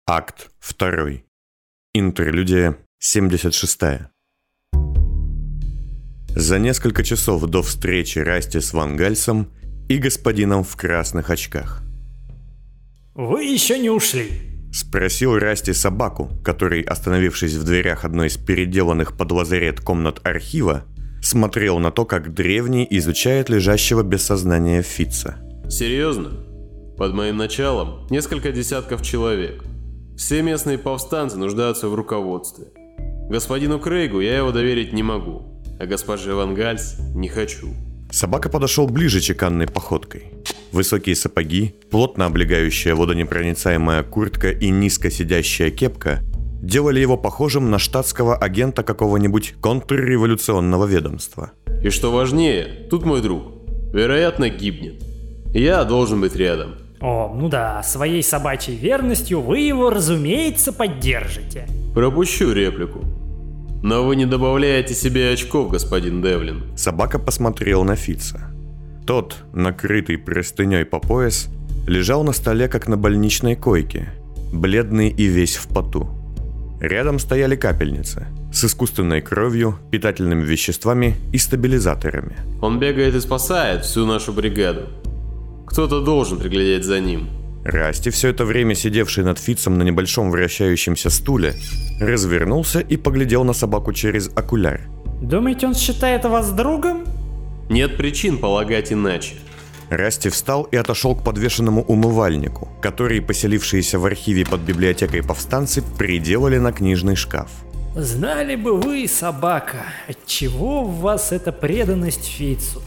Акт 2. Интерлюдия 76. За несколько часов до встречи Расти с Ван Гальсом и господином в красных очках. «Вы еще не ушли?» — спросил Расти собаку, который, остановившись в дверях одной из переделанных под лазарет комнат архива, смотрел на то, как древний изучает лежащего без сознания Фитца. «Серьезно? Под моим началом несколько десятков человек. Все местные повстанцы нуждаются в руководстве. Господину Крейгу я его доверить не могу, а госпоже Ван Гальс не хочу». Собака подошел ближе чеканной походкой. Высокие сапоги, плотно облегающая водонепроницаемая куртка и низко сидящая кепка делали его похожим на штатского агента какого-нибудь контрреволюционного ведомства. «И что важнее, тут мой друг, вероятно, гибнет. Я должен быть рядом». О, ну да, своей собачьей верностью вы его, разумеется, поддержите. Пропущу реплику. Но вы не добавляете себе очков, господин Девлин. Собака посмотрел на Фитца. Тот, накрытый простыней по пояс, лежал на столе, как на больничной койке, бледный и весь в поту. Рядом стояли капельницы с искусственной кровью, питательными веществами и стабилизаторами. Он бегает и спасает всю нашу бригаду. Кто-то должен приглядеть за ним. Расти, все это время сидевший над Фитцем на небольшом вращающемся стуле, развернулся и поглядел на собаку через окуляр. Думаете, он считает вас другом? Нет причин полагать иначе. Расти встал и отошел к подвешенному умывальнику, который поселившиеся в архиве под библиотекой повстанцы приделали на книжный шкаф. Знали бы вы, собака, отчего в вас эта преданность Фитцу.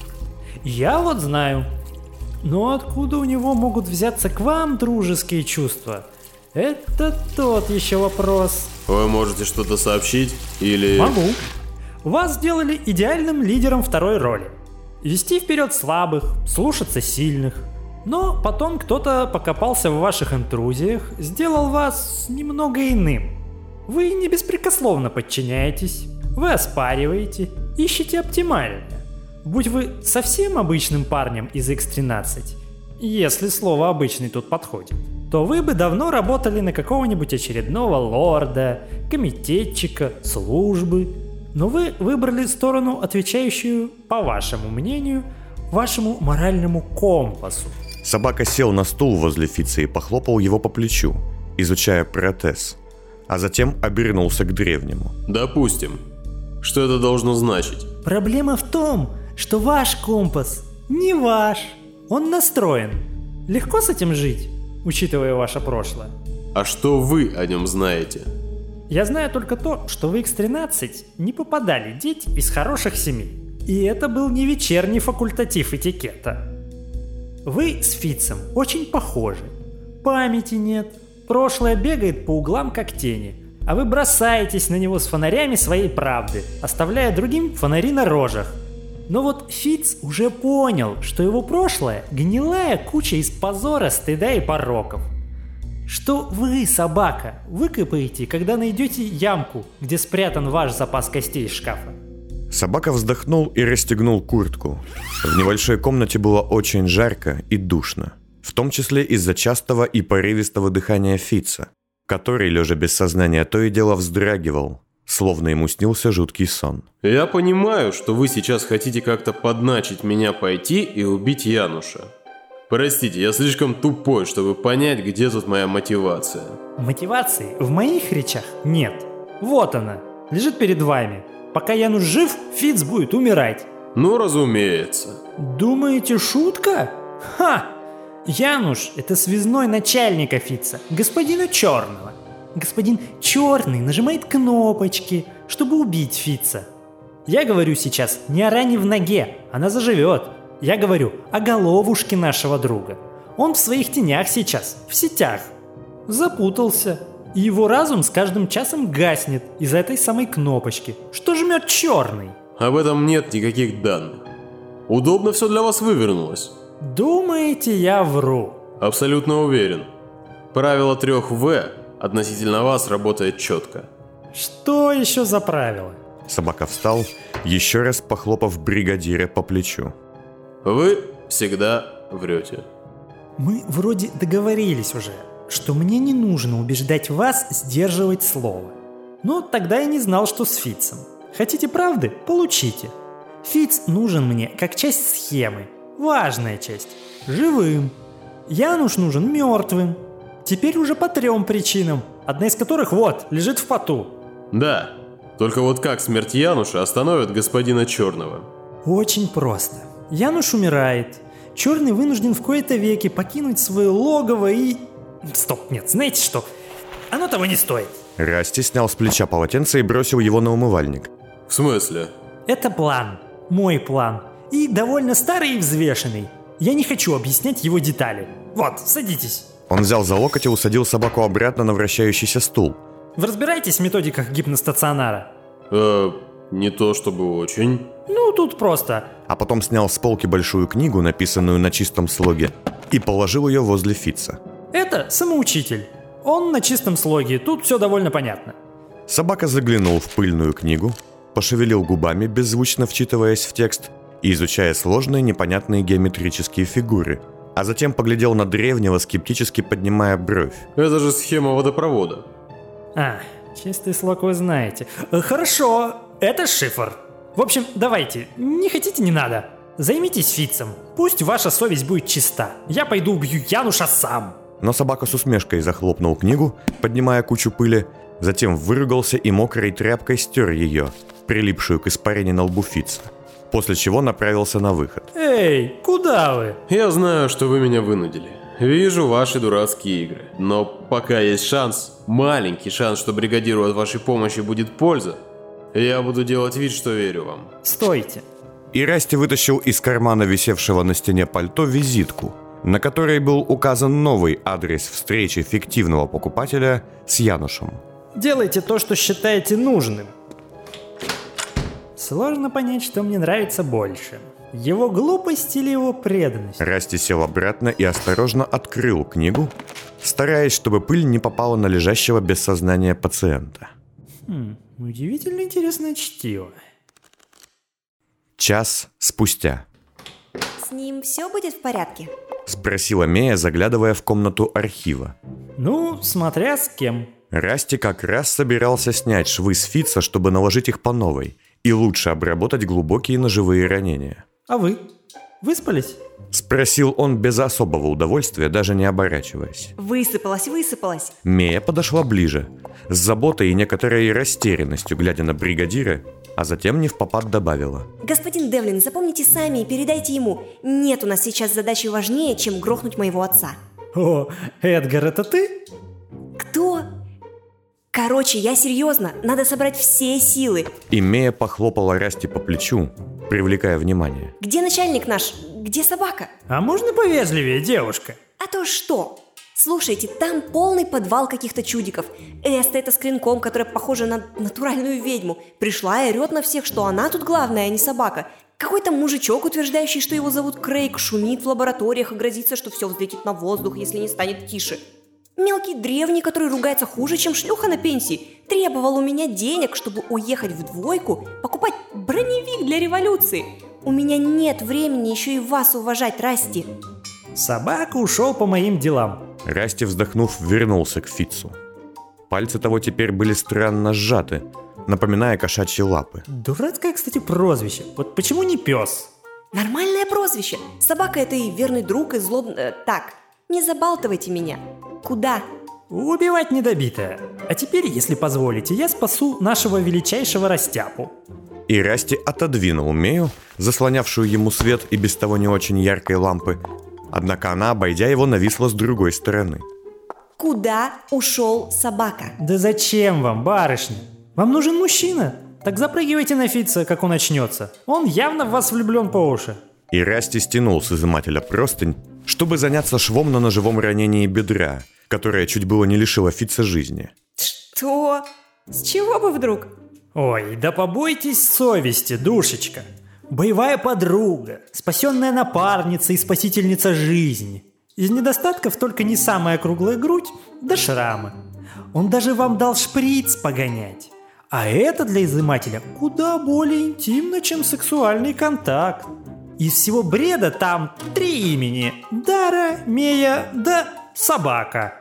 Я вот знаю. Но откуда у него могут взяться к вам дружеские чувства? Это тот еще вопрос. Вы можете что-то сообщить или... Могу. Вас сделали идеальным лидером второй роли. Вести вперед слабых, слушаться сильных. Но потом кто-то покопался в ваших интрузиях, сделал вас немного иным. Вы не беспрекословно подчиняетесь, вы оспариваете, ищете оптимальное. Будь вы совсем обычным парнем из X13, если слово «обычный» тут подходит, то вы бы давно работали на какого-нибудь очередного лорда, комитетчика, службы. Но вы выбрали сторону, отвечающую, по вашему мнению, вашему моральному компасу. Собака сел на стул возле Фитца и похлопал его по плечу, изучая протез, а затем обернулся к древнему. Допустим. Что это должно значить? Проблема в том, что ваш компас не ваш. Он настроен. Легко с этим жить, учитывая ваше прошлое? А что вы о нем знаете? Я знаю только то, что в X13 не попадали дети из хороших семей. И это был не вечерний факультатив этикета. Вы с Фитцем очень похожи. Памяти нет, прошлое бегает по углам как тени, а вы бросаетесь на него с фонарями своей правды, оставляя другим фонари на рожах. Но вот Фитц уже понял, что его прошлое – гнилая куча из позора, стыда и пороков. Что вы, собака, выкопаете, когда найдете ямку, где спрятан ваш запас костей из шкафа? Собака вздохнул и расстегнул куртку. В небольшой комнате было очень жарко и душно, в том числе из-за частого и порывистого дыхания Фитца, который, лежа без сознания, то и дело вздрагивал, словно ему снился жуткий сон. Я понимаю, что вы сейчас хотите как-то подначить меня пойти и убить Януша. Простите, я слишком тупой, чтобы понять, где тут моя мотивация. Мотивации в моих речах нет. Вот она, лежит перед вами. Пока Януш жив, Фитц будет умирать. Ну, разумеется. Думаете, шутка? Ха! Януш – это связной начальника Фитца, господина Черного. Господин Черный нажимает кнопочки, чтобы убить Фитца. Я говорю сейчас не о ране в ноге, она заживет. Я говорю о головушке нашего друга. Он в своих тенях сейчас, в сетях. Запутался. И его разум с каждым часом гаснет из-за этой самой кнопочки, что жмет Черный. Об этом нет никаких данных. Удобно все для вас вывернулось. Думаете, я вру? Абсолютно уверен. Правило 3В относительно вас работает четко. Что еще за правило? Собака встал, еще раз похлопав бригадира по плечу. Вы всегда врете. Мы вроде договорились уже. что мне не нужно убеждать вас сдерживать слово. Но тогда я не знал, что с Фитцем. Хотите правды? Получите. Фитц нужен мне как часть схемы. Важная часть. Живым. Януш нужен мертвым. Теперь уже по 3 причинам, одна из которых вот, лежит в поту. Да, только вот как смерть Януша остановит господина Черного? Очень просто. Януш умирает. Черный вынужден в кои-то веки покинуть свое логово и... Стоп, нет, знаете что? Оно того не стоит. Расти снял с плеча полотенце и бросил его на умывальник. В смысле? Это план. Мой план. И довольно старый и взвешенный. Я не хочу объяснять его детали. Вот, садитесь. Он взял за локоть и усадил собаку обратно на вращающийся стул. Вы разбираетесь в методиках гипностационара? Не то чтобы очень. Ну, тут просто. А потом снял с полки большую книгу, написанную на чистом слоге, и положил ее возле Фитца. Это самоучитель. Он на чистом слоге, тут все довольно понятно. Собака заглянул в пыльную книгу, пошевелил губами, беззвучно вчитываясь в текст и изучая сложные непонятные геометрические фигуры, а затем поглядел на древнего, скептически поднимая бровь. Это же схема водопровода. Чистый слог вы знаете. Хорошо, это шифр. В общем, давайте, не хотите, не надо. Займитесь Фитцем, пусть ваша совесть будет чиста. Я пойду убью Януша сам. Но собака с усмешкой захлопнул книгу, поднимая кучу пыли, затем выругался и мокрой тряпкой стер ее, прилипшую к испарине на лбу Фитца, после чего направился на выход. Эй, куда вы? Я знаю, что вы меня вынудили. Вижу ваши дурацкие игры. Но пока есть шанс, маленький шанс, что бригадиру от вашей помощи будет польза, я буду делать вид, что верю вам. Стойте. И Расти вытащил из кармана висевшего на стене пальто визитку, на которой был указан новый адрес встречи фиктивного покупателя с Янушем. Делайте то, что считаете нужным. Сложно понять, что мне нравится больше. Его глупость или его преданность? Расти сел обратно и осторожно открыл книгу, стараясь, чтобы пыль не попала на лежащего без сознания пациента. Удивительно интересное чтиво. Час спустя. С ним все будет в порядке? Спросила Мея, заглядывая в комнату архива. Ну, смотря с кем. Расти как раз собирался снять швы с Фитца, чтобы наложить их по новой и лучше обработать глубокие ножевые ранения. А вы? Выспались? Спросил он без особого удовольствия, даже не оборачиваясь. Высыпалась. Мея подошла ближе, с заботой и некоторой растерянностью, глядя на бригадира, а затем невпопад добавила. Господин Девлин, запомните сами и передайте ему. Нет у нас сейчас задачи важнее, чем грохнуть моего отца. О, Эдгар, это ты? Кто? Короче, я серьезно, надо собрать все силы. И Мея похлопала Расти по плечу, привлекая внимание. Где начальник наш? Где собака? А можно повежливее, девушка? А то что? Слушайте, там полный подвал каких-то чудиков. Эста это с клинком, которая похожа на натуральную ведьму. Пришла и орет на всех, что она тут главная, а не собака. Какой-то мужичок, утверждающий, что его зовут Крейг, шумит в лабораториях и грозится, что все взлетит на воздух, если не станет тише. Мелкий древний, который ругается хуже, чем шлюха на пенсии, требовал у меня денег, чтобы уехать в двойку, покупать броневик для революции. У меня нет времени еще и вас уважать, Расти. Собака ушел по моим делам. Расти, вздохнув, вернулся к Фитцу. Пальцы того теперь были странно сжаты, напоминая кошачьи лапы. Дурацкое, кстати, прозвище. Вот почему не пес? Нормальное прозвище. Собака это и верный друг, и злобный... Так, не забалтывайте меня. Куда? Убивать недобитое. А теперь, если позволите, я спасу нашего величайшего растяпу. И Расти отодвинул Мею, заслонявшую ему свет и без того не очень яркой лампы. Однако она, обойдя его, нависла с другой стороны. Куда ушел собака? Да зачем вам, барышня? Вам нужен мужчина? Так запрыгивайте на Фитца, как он очнется. Он явно в вас влюблен по уши. И Расти стянул с изымателя простынь, чтобы заняться швом на ножевом ранении бедра, которое чуть было не лишило Фитца жизни. Что? С чего бы вдруг? Ой, да побойтесь совести, душечка. Боевая подруга, спасенная напарница и спасительница жизни. Из недостатков только не самая круглая грудь, да шрамы. Он даже вам дал шприц погонять. А это для изымателя куда более интимно, чем сексуальный контакт. Из всего бреда там 3 имени: Дара, Мея, да собака.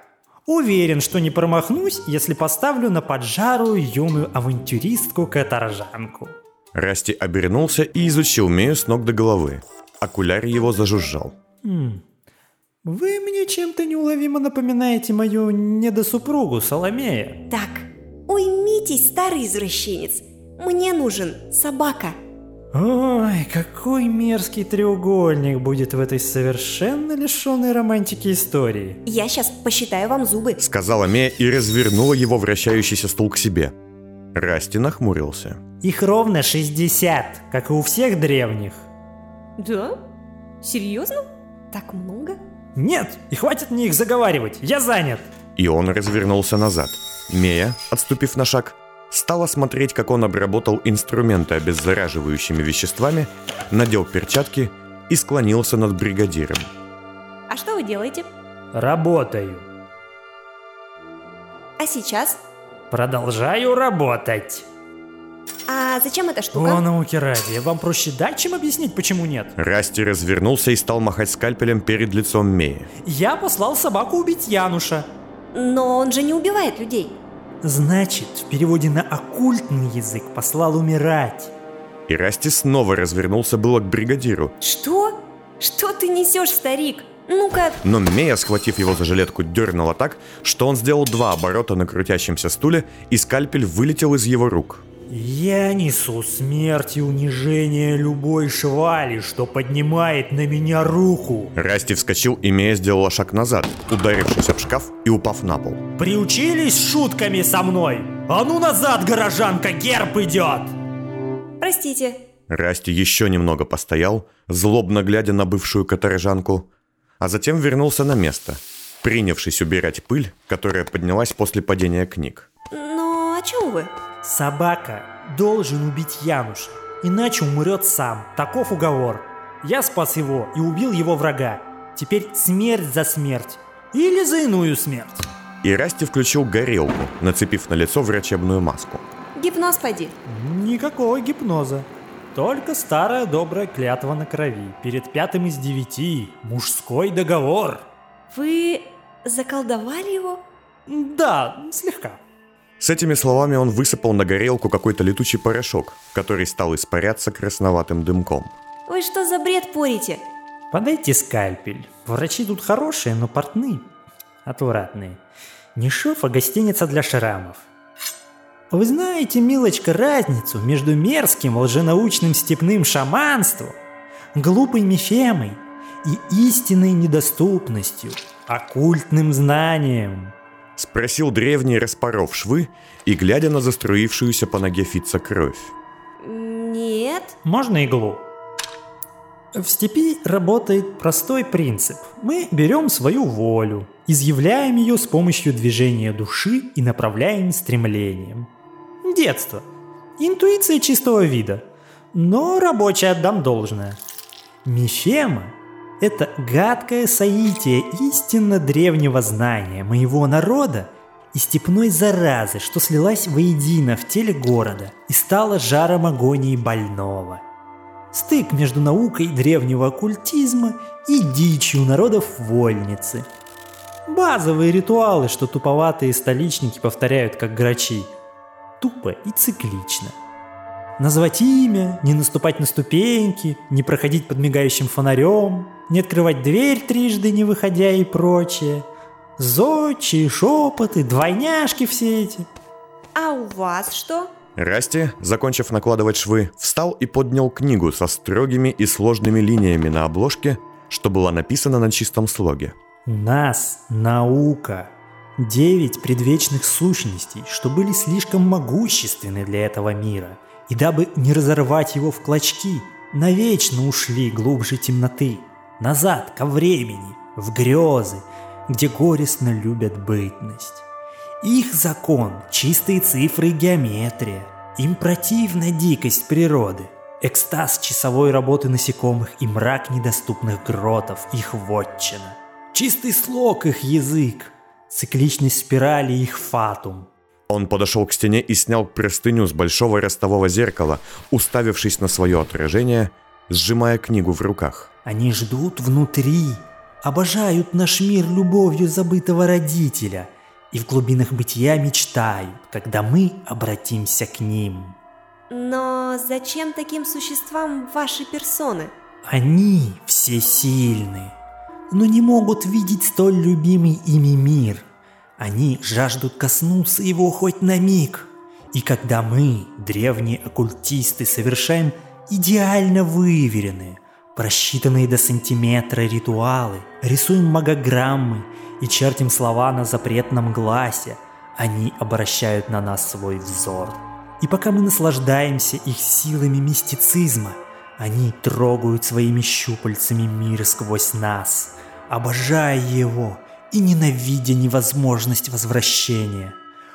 Уверен, что не промахнусь, если поставлю на поджару юную авантюристку-каторжанку. Расти обернулся и изучил Мею с ног до головы. Окуляр его зажужжал. Вы мне чем-то неуловимо напоминаете мою недосупругу Соломея. Так, уймитесь, старый извращенец. Мне нужен собака. Ой, какой мерзкий треугольник будет в этой совершенно лишенной романтики истории. Я сейчас посчитаю вам зубы. Сказала Мея и развернула его вращающийся стул к себе. Расти нахмурился. Их ровно 60, как и у всех древних. Да? Серьезно? Так много? Нет, и хватит мне их заговаривать, я занят. И он развернулся назад. Мея, отступив на шаг, стала смотреть, как он обработал инструменты обеззараживающими веществами, надел перчатки и склонился над бригадиром. А что вы делаете? Работаю. А сейчас? Продолжаю работать. А зачем эта штука? О, науки ради, вам проще дать, чем объяснить, почему нет. Расти развернулся и стал махать скальпелем перед лицом Меи. Я послал собаку убить Януша. Но он же не убивает людей. Значит, в переводе на оккультный язык послал умирать. И Расти снова развернулся было к бригадиру. Что? Что ты несешь, старик? Ну-ка. Но Мея, схватив его за жилетку, дернула так, что он сделал 2 оборота на крутящемся стуле, и скальпель вылетел из его рук. Я несу смерть и унижение любой швали, что поднимает на меня руку. Расти вскочил, и Мея сделала шаг назад, ударившись об шкаф и упав на пол. Приучились шутками со мной? А ну назад, горожанка, герб идет! Простите. Расти еще немного постоял, злобно глядя на бывшую каторжанку, а затем вернулся на место, принявшись убирать пыль, которая поднялась после падения книг. Но о чем вы? Собака должен убить Януша, иначе умрет сам. Таков уговор. Я спас его и убил его врага. Теперь смерть за смерть. Или за иную смерть. И Расти включил горелку, нацепив на лицо врачебную маску. Гипноз поди. Никакого гипноза. Только старая добрая клятва на крови. Перед 5 из 9. Мужской договор. Вы заколдовали его? Да, слегка. С этими словами он высыпал на горелку какой-то летучий порошок, который стал испаряться красноватым дымком. Вы что за бред порите? Подайте скальпель. Врачи тут хорошие, но портные отвратные. Не шов, а гостиница для шрамов. Вы знаете, милочка, разницу между мерзким лженаучным степным шаманством, глупой мифемой и истинной недоступностью, оккультным знанием? Спросил древний, распоров швы и глядя на заструившуюся по ноге Фитца кровь. Нет. Можно иглу? В степи работает простой принцип. Мы берем свою волю, изъявляем ее с помощью движения души и направляем стремлением. Детство. Интуиция чистого вида. Но рабочий отдам должное. Мифема – это гадкое соитие истинно древнего знания моего народа и степной заразы, что слилась воедино в теле города и стала жаром агонии больного. Стык между наукой древнего оккультизма и дичью народов вольницы. Базовые ритуалы, что туповатые столичники повторяют как грачи. Тупо и циклично. Назвать имя, не наступать на ступеньки, не проходить под мигающим фонарем, не открывать дверь трижды не выходя и прочее. Зодчие, шепоты, двойняшки все эти. А у вас что? Расти, закончив накладывать швы, встал и поднял книгу со строгими и сложными линиями на обложке, что была написана на чистом слоге. У нас наука. 9 предвечных сущностей, что были слишком могущественны для этого мира, и дабы не разорвать его в клочки, навечно ушли глубже темноты, назад ко времени, в грезы, где горестно любят бытность. Их закон – чистые цифры и геометрия. Им противна дикость природы, экстаз часовой работы насекомых и мрак недоступных гротов их вотчина. Чистый слог их язык, цикличность спирали их фатум. Он подошел к стене и снял простыню с большого ростового зеркала, уставившись на свое отражение, сжимая книгу в руках. Они ждут внутри, обожают наш мир любовью забытого родителя и в глубинах бытия мечтают, когда мы обратимся к ним. Но зачем таким существам ваши персоны? Они всесильны, но не могут видеть столь любимый ими мир. Они жаждут коснуться его хоть на миг. И когда мы, древние оккультисты, совершаем идеально выверенные, просчитанные до сантиметра ритуалы, рисуем магограммы и чертим слова на запретном гласе, они обращают на нас свой взор. И пока мы наслаждаемся их силами мистицизма, они трогают своими щупальцами мир сквозь нас, обожая его и ненавидя невозможность возвращения.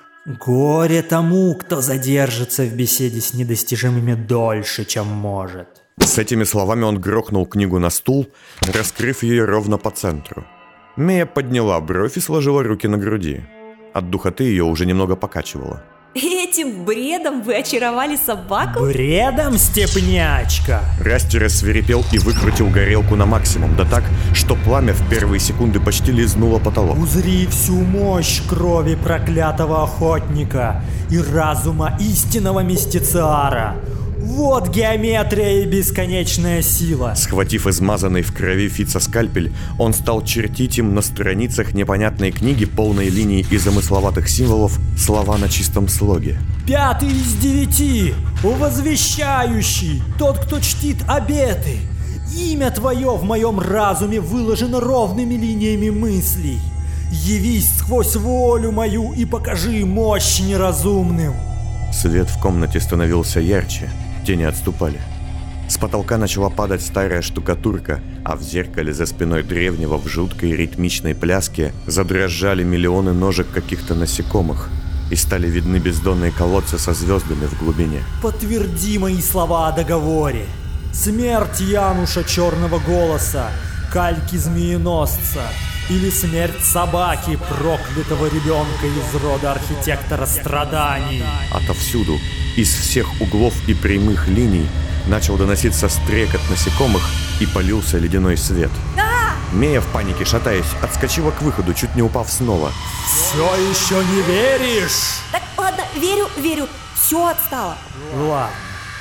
Горе тому, кто задержится в беседе с недостижимыми дольше, чем может. С этими словами он грохнул книгу на стул, раскрыв ее ровно по центру. Мия подняла бровь и сложила руки на груди. От духоты ее уже немного покачивало. Этим бредом вы очаровали собаку? Бредом, степнячка! Расти рассвирепел и выкрутил горелку на максимум, да так, что пламя в первые секунды почти лизнуло потолок. Узри всю мощь крови проклятого охотника и разума истинного мистициара. Вот геометрия и бесконечная сила. Схватив измазанный в крови Фитца скальпель, он стал чертить им на страницах непонятной книги, полной линий и замысловатых символов, слова на чистом слоге. 5 из 9, возвещающий, тот, кто чтит обеты. Имя твое в моем разуме выложено ровными линиями мыслей. Явись сквозь волю мою и покажи мощь неразумным. Свет в комнате становился ярче, тени отступали. С потолка начала падать старая штукатурка, а в зеркале за спиной древнего в жуткой ритмичной пляске задрожали миллионы ножек каких-то насекомых, и стали видны бездонные колодцы со звездами в глубине. Подтверди мои слова о договоре. Смерть Януша Черного Голоса, кальки Змееносца, или смерть собаки, проклятого ребенка из рода архитектора страданий. Отовсюду, из всех углов и прямых линий, начал доноситься стрекот насекомых и полился ледяной свет. Да! Мия в панике, шатаясь, отскочила к выходу, чуть не упав снова. Все еще не веришь? Так, ладно, верю, все отстало. Ладно,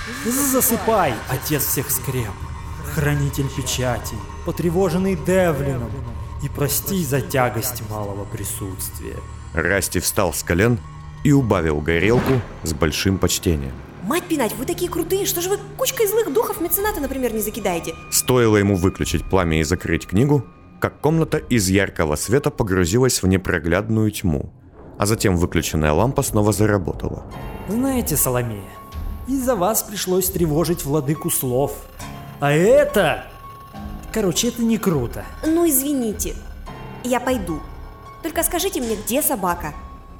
засыпай, отец всех скреп, хранитель печатей, потревоженный Девлином, и прости за тягость малого присутствия. Расти встал с колен и убавил горелку с большим почтением. Мать пинать, вы такие крутые, что же вы кучкой злых духов мецената, например, не закидаете? Стоило ему выключить пламя и закрыть книгу, как комната из яркого света погрузилась в непроглядную тьму, а затем выключенная лампа снова заработала. Знаете, Соломея, из-за вас пришлось тревожить владыку слов. А это... Короче, это не круто. Ну, извините, я пойду. Только скажите мне, где собака?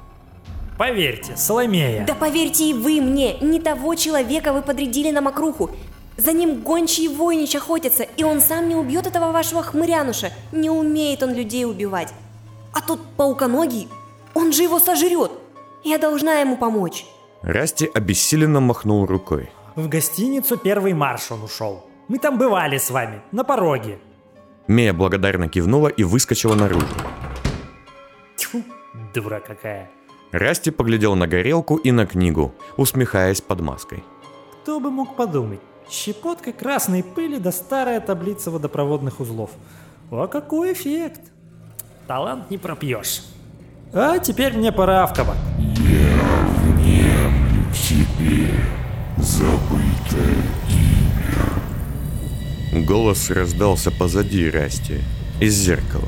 Поверьте, Соломея. Да поверьте и вы мне, не того человека вы подрядили на мокруху. За ним гончие войнич охотятся, и он сам не убьет этого вашего хмырянуша. Не умеет он людей убивать. А тот пауконогий, он же его сожрет. Я должна ему помочь. Расти обессиленно махнул рукой. В гостиницу «Первый марш» он ушел. Мы там бывали с вами, на пороге. Мия благодарно кивнула и выскочила наружу. Тьфу, дура какая. Расти поглядел на горелку и на книгу, усмехаясь под маской. Кто бы мог подумать, щепотка красной пыли да старая таблица водопроводных узлов. А какой эффект! Талант не пропьешь. А теперь мне пора в кабак. Я внемлю тебе, забытое имя. Голос раздался позади Расти, из зеркала.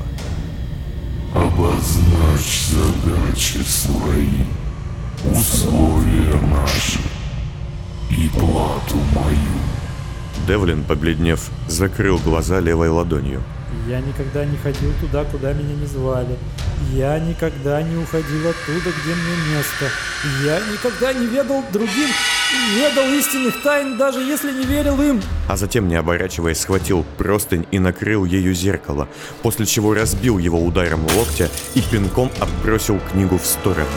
Обозначь задачи свои, условия наши и плату мою. Девлин, побледнев, закрыл глаза левой ладонью. Я никогда не ходил туда, куда меня не звали. Я никогда не уходил оттуда, где мне место. Я никогда не ведал другим, не ведал истинных тайн, даже если не верил им. А затем, не оборачиваясь, схватил простынь и накрыл ею зеркало, после чего разбил его ударом локтя и пинком отбросил книгу в сторону.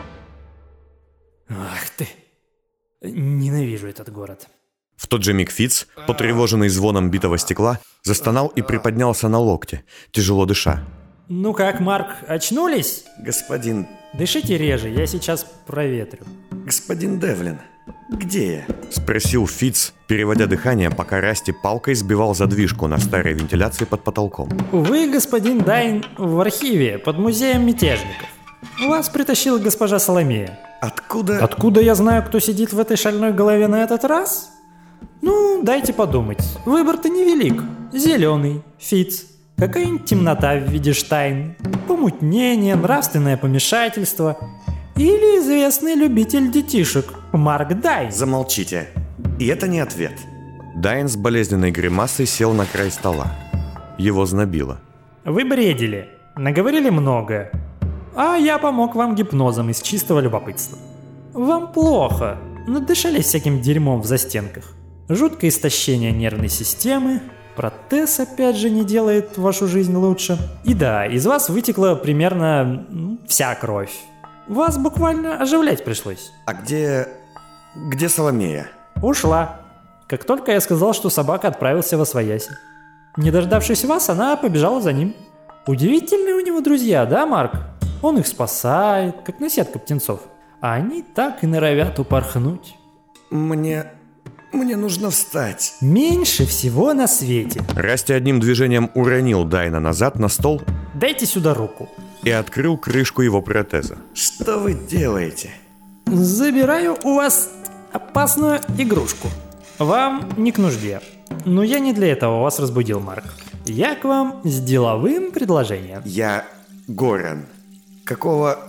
Ах ты, ненавижу этот город. В тот же миг Фитц, потревоженный звоном битого стекла, застонал и приподнялся на локте, тяжело дыша. Ну как, Марк, очнулись? «Господин Дышите реже, я сейчас проветрю. «Господин Девлин, где я?» — спросил Фитц, переводя дыхание, пока Расти палкой сбивал задвижку на старой вентиляции под потолком. Вы, господин Дайн, в архиве под музеем мятежников. Вас притащила госпожа Соломея. Откуда? Откуда я знаю, кто сидит в этой шальной голове на этот раз? Ну, дайте подумать. Выбор-то невелик. Зеленый, Фитц. Какая-нибудь темнота в виде Штайн. Помутнение, нравственное помешательство. Или известный любитель детишек Марк Дайн. Замолчите. И это не ответ. Дайн с болезненной гримасой сел на край стола. Его знобило. Вы бредили, наговорили много. А я помог вам гипнозом из чистого любопытства. Вам плохо, надышались всяким дерьмом в застенках. Жуткое истощение нервной системы, протез опять же не делает вашу жизнь лучше. И да, из вас вытекла примерно вся кровь. Вас буквально оживлять пришлось. А где Соломея? Ушла. Как только я сказал, что собака отправился восвояси. Не дождавшись вас, она побежала за ним. Удивительные у него друзья, да, Марк? Он их спасает, как наседка птенцов. А они так и норовят упорхнуть. Мне нужно встать. Меньше всего на свете. Расти одним движением уронил Дайна назад на стол. Дайте сюда руку. И открыл крышку его протеза. Что вы делаете? Забираю у вас опасную игрушку. Вам не к нужде. Но я не для этого вас разбудил, Марк. Я к вам с деловым предложением. Я Горан. Какого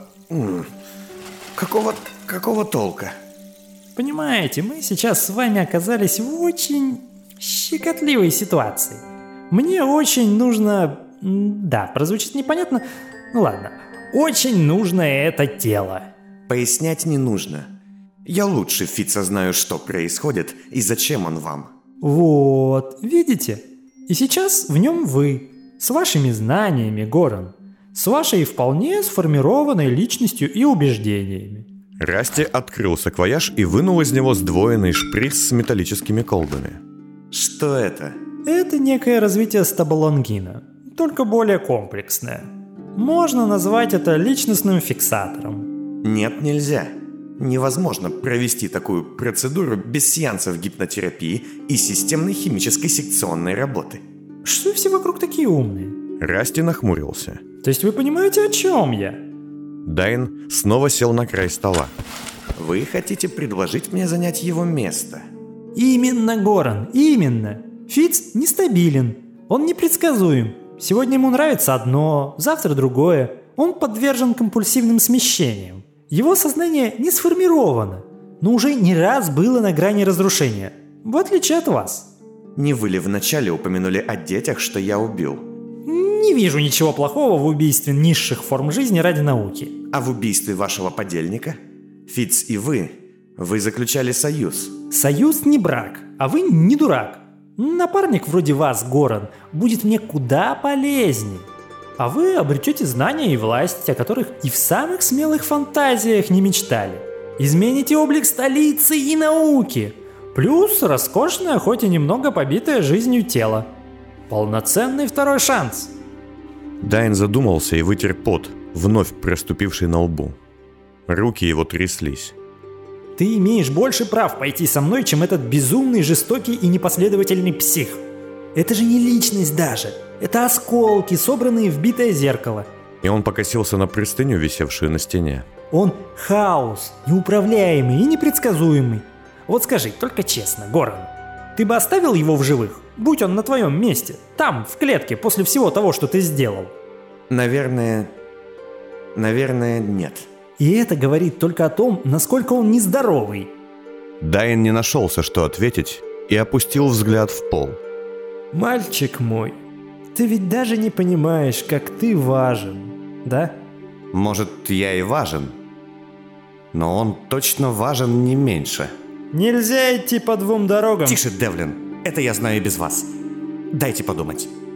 толка? Понимаете, мы сейчас с вами оказались в очень щекотливой ситуации. Мне очень нужно... Да, прозвучит непонятно. Ну ладно. Очень нужно это тело. Пояснять не нужно. Я лучше Фитца знаю, что происходит и зачем он вам. Вот, видите? И сейчас в нем вы. С вашими знаниями, Горан. С вашей вполне сформированной личностью и убеждениями. Расти открыл саквояж и вынул из него сдвоенный шприц с металлическими колбами. Что это? Это некое развитие стабалонгина, только более комплексное. Можно назвать это личностным фиксатором. Нет, нельзя. Невозможно провести такую процедуру без сеансов гипнотерапии и системной химической секционной работы. Что все вокруг такие умные? Расти нахмурился. То есть вы понимаете, о чем я? Дайн снова сел на край стола. Вы хотите предложить мне занять его место? Именно, Горан, именно. Фитц нестабилен, он непредсказуем. Сегодня ему нравится одно, завтра другое. Он подвержен компульсивным смещениям. Его сознание не сформировано, но уже не раз было на грани разрушения, в отличие от вас. Не вы ли вначале упомянули о детях, что я убил? Не вижу ничего плохого в убийстве низших форм жизни ради науки. А в убийстве вашего подельника? Фитц и вы заключали союз. Союз не брак, а вы не дурак. Напарник вроде вас, Горан, будет мне куда полезнее. А вы обретете знания и власть, о которых и в самых смелых фантазиях не мечтали. Измените облик столицы и науки. Плюс роскошное, хоть и немного побитое жизнью тело. Полноценный второй шанс. Дайн задумался и вытер пот, вновь проступивший на лбу. Руки его тряслись. Ты имеешь больше прав пойти со мной, чем этот безумный, жестокий и непоследовательный псих. Это же не личность даже. Это осколки, собранные в битое зеркало. И он покосился на простыню, висевшую на стене. Он хаос, неуправляемый и непредсказуемый. Вот скажи, только честно, Горан, ты бы оставил его в живых, будь он на твоем месте, там, в клетке, после всего того, что ты сделал? Наверное, нет. И это говорит только о том, насколько он нездоровый. Дайн не нашелся, что ответить, и опустил взгляд в пол. Мальчик мой, ты ведь даже не понимаешь, как ты важен, да? Может, я и важен, но он точно важен не меньше. Нельзя идти по двум дорогам. Тише, Девлин, это я знаю и без вас. Дайте подумать.